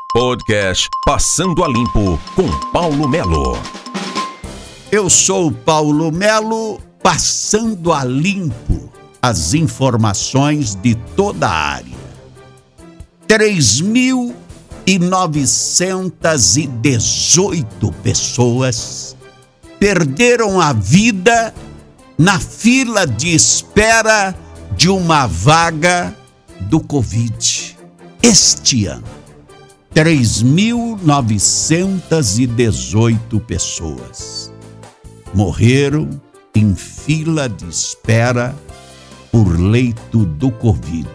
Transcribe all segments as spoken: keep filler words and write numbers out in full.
Podcast Passando a Limpo com Paulo Melo. Eu sou Paulo Melo, passando a limpo as informações de toda a área. três mil novecentas e dezoito pessoas perderam a vida na fila de espera de uma vaga do Covid este ano. três mil novecentas e dezoito pessoas morreram em fila de espera por leito do Covid.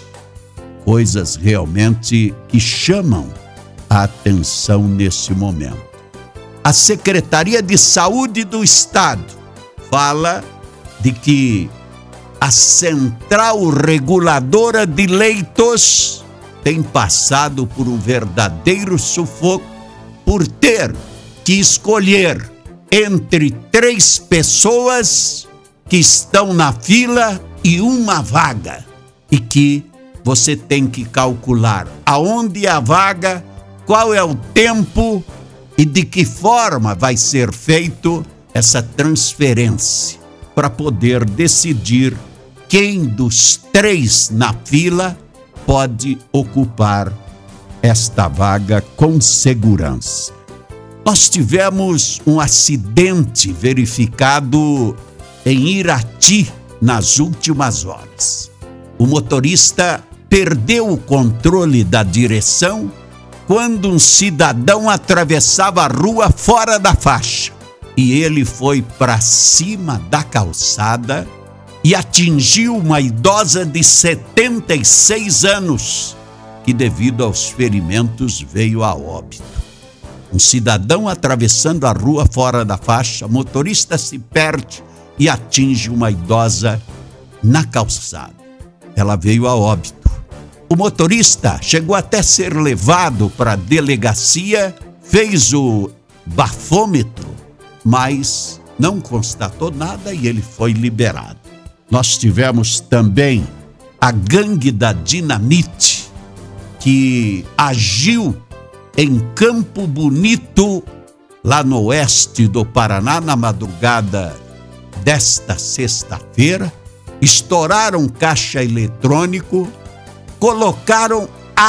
Coisas realmente que chamam a atenção nesse momento. A Secretaria de Saúde do Estado fala de que a Central Reguladora de Leitos tem passado por um verdadeiro sufoco por ter que escolher entre três pessoas que estão na fila e uma vaga, e que você tem que calcular aonde é a vaga, qual é o tempo e de que forma vai ser feito essa transferência para poder decidir quem dos três na fila pode ocupar esta vaga com segurança. Nós tivemos um acidente verificado em Irati nas últimas horas. O motorista perdeu o controle da direção quando um cidadão atravessava a rua fora da faixa e ele foi para cima da calçada e atingiu uma idosa de setenta e seis anos, que devido aos ferimentos veio a óbito. Um cidadão atravessando a rua fora da faixa, motorista se perde e atinge uma idosa na calçada. Ela veio a óbito. O motorista chegou até a ser levado para a delegacia, fez o bafômetro, mas não constatou nada e ele foi liberado. Nós tivemos também a gangue da dinamite, que agiu em Campo Bonito, lá no oeste do Paraná, na madrugada desta sexta-feira. Estouraram caixa eletrônico, colocaram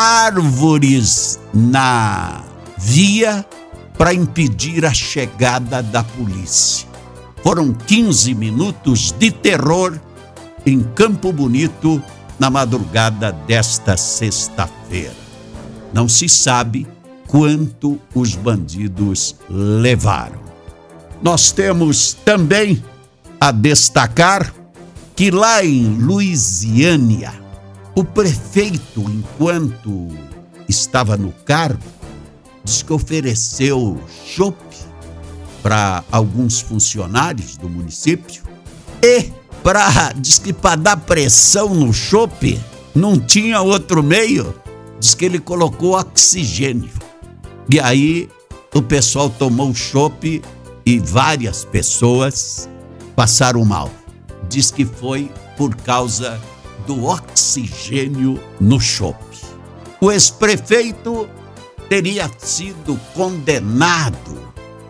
árvores na via para impedir a chegada da polícia. Foram quinze minutos de terror em Campo Bonito na madrugada desta sexta-feira. Não se sabe quanto os bandidos levaram. Nós temos também a destacar que lá em Luisiânia, o prefeito, enquanto estava no cargo, diz que ofereceu chope para alguns funcionários do município e para, diz que para dar pressão no chope, não tinha outro meio, diz que ele colocou oxigênio. E aí o pessoal tomou chope e várias pessoas passaram mal. Diz que foi por causa do oxigênio no chope. O ex-prefeito teria sido condenado.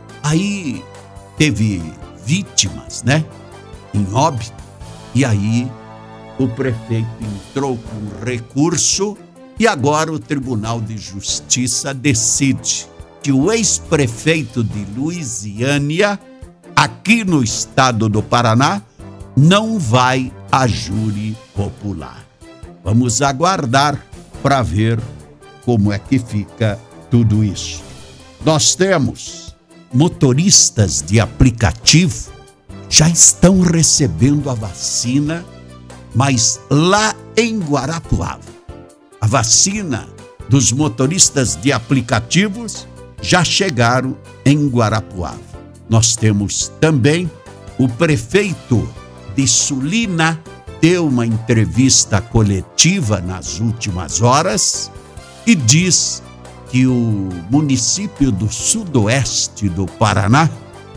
Aí teve vítimas, né? Em óbito. E aí o prefeito entrou com recurso e agora o Tribunal de Justiça decide que o ex-prefeito de Luisiânia, aqui no estado do Paraná, não vai a júri popular. Vamos aguardar para ver como é que fica tudo isso. Nós temos motoristas de aplicativo já estão recebendo a vacina, mas lá em Guarapuava. A vacina dos motoristas de aplicativos já chegaram em Guarapuava. Nós temos também o prefeito de Sulina, deu uma entrevista coletiva nas últimas horas e diz que o município do sudoeste do Paraná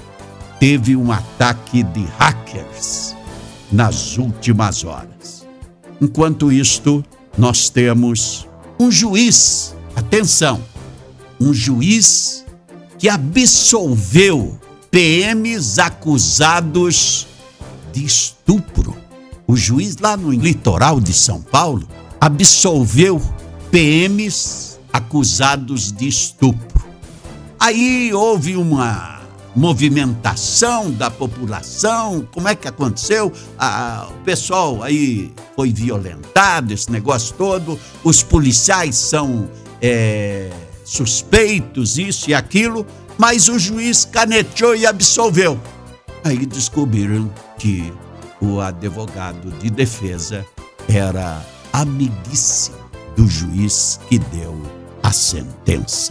teve um ataque de hackers nas últimas horas. Enquanto isto, nós temos um juiz, atenção, um juiz que absolveu P Ms acusados de estupro. O juiz lá no litoral de São Paulo absolveu P Ms acusados de estupro. Aí houve uma movimentação da população. Como é que aconteceu? Ah, o pessoal aí foi violentado, esse negócio todo. Os policiais são é, suspeitos, isso e aquilo, mas o juiz caneteou e absolveu. Aí descobriram que o advogado de defesa era amiguíssimo do juiz que deu a sentença.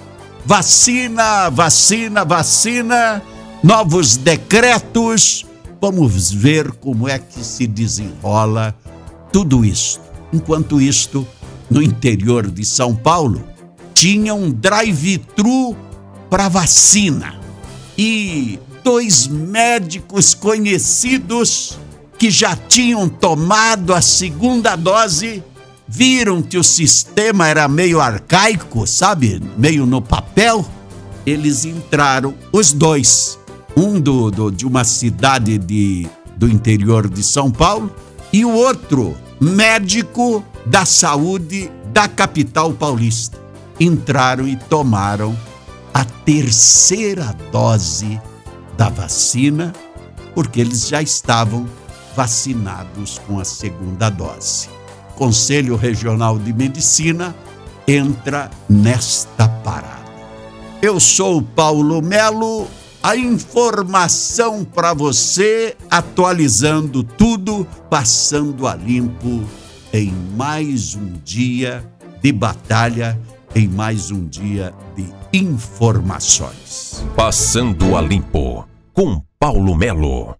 Vacina, vacina, vacina, novos decretos. Vamos ver como é que se desenrola tudo isso. Enquanto isto, no interior de São Paulo, tinha um drive-thru para vacina. E dois médicos conhecidos que já tinham tomado a segunda dose viram que o sistema era meio arcaico, sabe? Meio no papel. Eles entraram, os dois, um do, do, de uma cidade de, do interior de São Paulo e o outro médico da saúde da capital paulista. Entraram e tomaram a terceira dose da vacina, porque eles já estavam vacinados com a segunda dose. O Conselho Regional de Medicina entra nesta parada. Eu sou o Paulo Melo, a informação para você, atualizando tudo, passando a limpo em mais um dia de batalha, em mais um dia de informações. Passando a Limpo, com Paulo Melo.